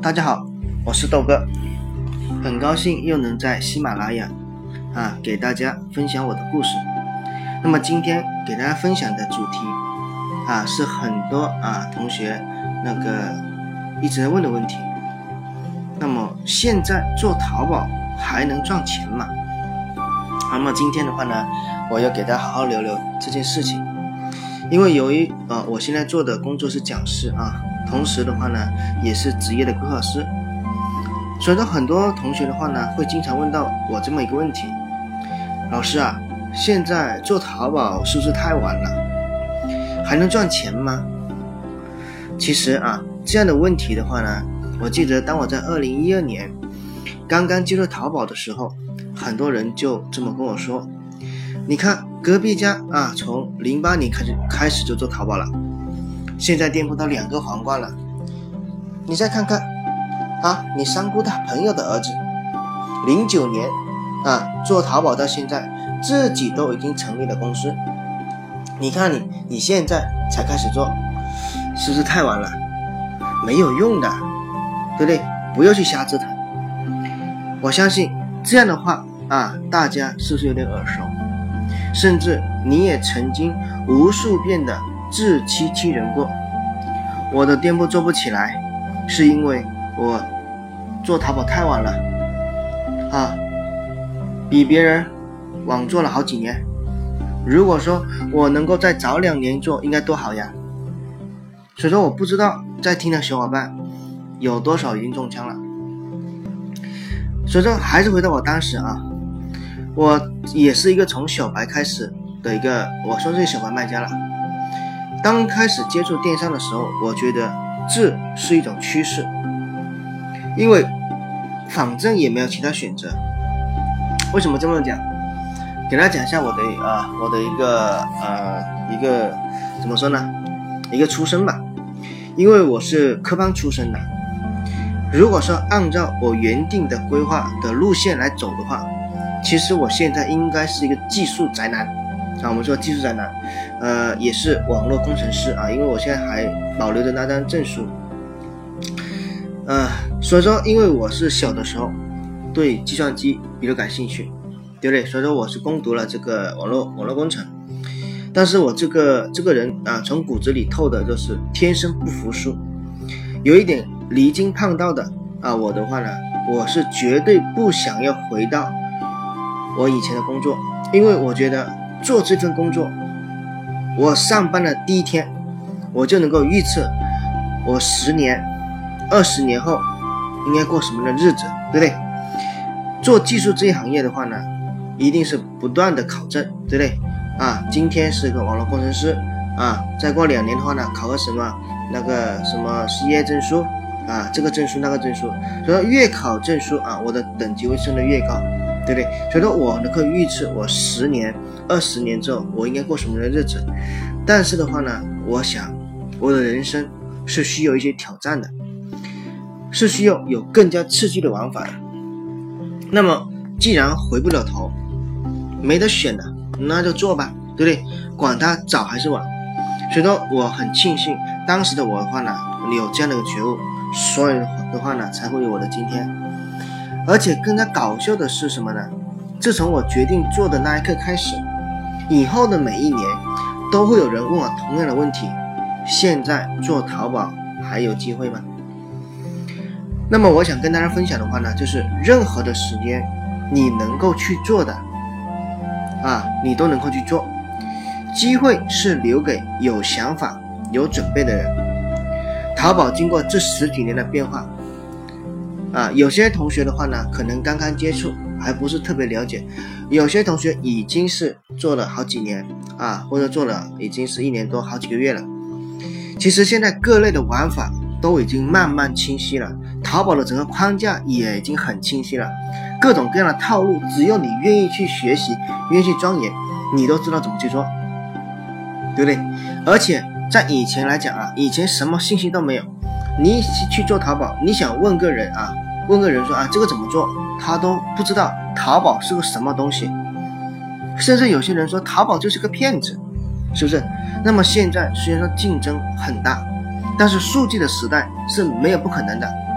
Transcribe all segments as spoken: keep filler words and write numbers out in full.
大家好，我是豆哥，很高兴又能在喜马拉雅啊给大家分享我的故事。那么今天给大家分享的主题啊是很多啊同学那个一直在问的问题。那么现在做淘宝还能赚钱吗？那么今天的话呢，我要给大家好好聊聊这件事情。因为由于啊我现在做的工作是讲师啊，同时的话呢也是职业的规划师，所以说很多同学的话呢会经常问到我这么一个问题：老师啊，现在做淘宝是不是太晚了？还能赚钱吗？其实啊这样的问题的话呢，我记得当我在二零一二年刚刚接触淘宝的时候，很多人就这么跟我说，你看隔壁家啊从零八年开始开始就做淘宝了，现在店铺都两个皇冠了。你再看看啊，你三姑他朋友的儿子零九年啊做淘宝到现在自己都已经成立了公司，你看你你现在才开始做，是不是太晚了？没有用的，对不对？不要去瞎折腾。我相信这样的话啊，大家是不是有点耳熟？甚至你也曾经无数遍的自欺欺人过。我的店铺做不起来，是因为我做淘宝太晚了啊，比别人晚做了好几年。如果说我能够再早两年做，应该多好呀。所以说我不知道在听的小伙伴有多少已经中枪了。所以说还是回到我当时啊，我也是一个从小白开始的一个，我说是小白卖家了。刚开始接触电商的时候，我觉得这是一种趋势，因为反正也没有其他选择。为什么这么讲？给大家讲一下我的啊、呃，我的一个呃一个怎么说呢？一个出身吧。因为我是科班出身的，如果说按照我原定的规划的路线来走的话，其实我现在应该是一个技术宅男啊，我们说技术宅男，呃，也是网络工程师啊，因为我现在还保留着那张证书，呃，所以说因为我是小的时候对计算机比较感兴趣，对不对？所以说我是攻读了这个网络网络工程，但是我这个这个人啊，从骨子里透的就是天生不服输，有一点离经叛道的啊，我的话呢，我是绝对不想要回到我以前的工作，因为我觉得做这份工作，我上班的第一天，我就能够预测我十年、二十年后应该过什么样的日子，对不对？做技术这一行业的话呢，一定是不断的考证，对不对？啊，今天是个网络工程师啊，再过两年的话呢，考个什么那个什么 C A 证书啊，这个证书那个证书，所以说越考证书啊，我的等级会升得越高，对不对？所以说我能够预测我十年、二十年之后我应该过什么样的日子。但是的话呢，我想我的人生是需要一些挑战的，是需要有更加刺激的玩法的。那么既然回不了头，没得选的，那就做吧，对不对？管它早还是晚。所以说我很庆幸当时的我的话呢有这样的一个觉悟，所以的话呢才会有我的今天。而且更加搞笑的是什么呢？自从我决定做的那一刻开始，以后的每一年都会有人问我同样的问题：现在做淘宝还有机会吗？那么我想跟大家分享的话呢，就是任何的时间你能够去做的啊，你都能够去做。机会是留给有想法、有准备的人。淘宝经过这十几年的变化啊，有些同学的话呢，可能刚刚接触，还不是特别了解；有些同学已经是做了好几年啊，或者做了已经是一年多、好几个月了。其实现在各类的玩法都已经慢慢清晰了，淘宝的整个框架也已经很清晰了，各种各样的套路，只要你愿意去学习，愿意去钻研，你都知道怎么去做，对不对？而且在以前来讲啊，以前什么信息都没有，你去做淘宝，你想问个人啊，问个人说啊这个怎么做，他都不知道淘宝是个什么东西，甚至有些人说淘宝就是个骗子，是不是？那么现在虽然说竞争很大，但是数据的时代是没有不可能的，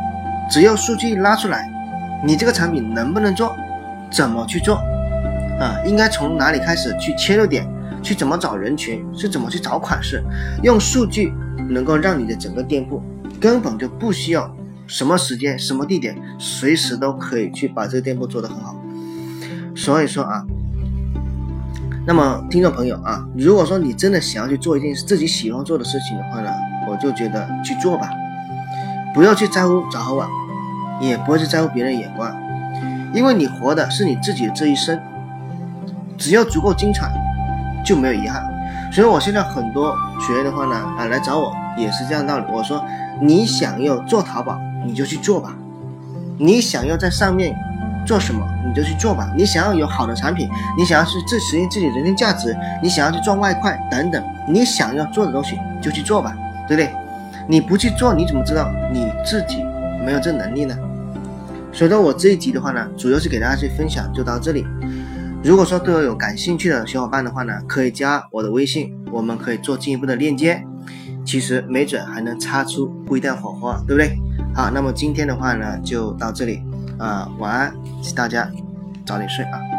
只要数据拉出来，你这个产品能不能做，怎么去做啊？应该从哪里开始去切入点，去怎么找人群，是怎么去找款式，用数据能够让你的整个店铺根本就不需要什么时间什么地点，随时都可以去把这个店铺做得很好。所以说啊，那么听众朋友啊，如果说你真的想要去做一件自己喜欢做的事情的话呢，我就觉得去做吧，不要去在乎早和晚，也不会去在乎别人的眼光，因为你活的是你自己的这一生，只要足够精彩就没有遗憾。所以我现在很多学员的话呢啊来找我也是这样的道理，我说你想要做淘宝你就去做吧，你想要在上面做什么你就去做吧，你想要有好的产品，你想要去自实现自己的人生价值，你想要去赚外快等等，你想要做的东西就去做吧，对不对？你不去做你怎么知道你自己没有这能力呢？所以说我这一集的话呢，主要是给大家去分享就到这里。如果说对我有感兴趣的小伙伴的话呢，可以加我的微信，我们可以做进一步的链接，其实没准还能擦出不一样火花，对不对？好，那么今天的话呢就到这里啊、呃，晚安，大家早点睡啊。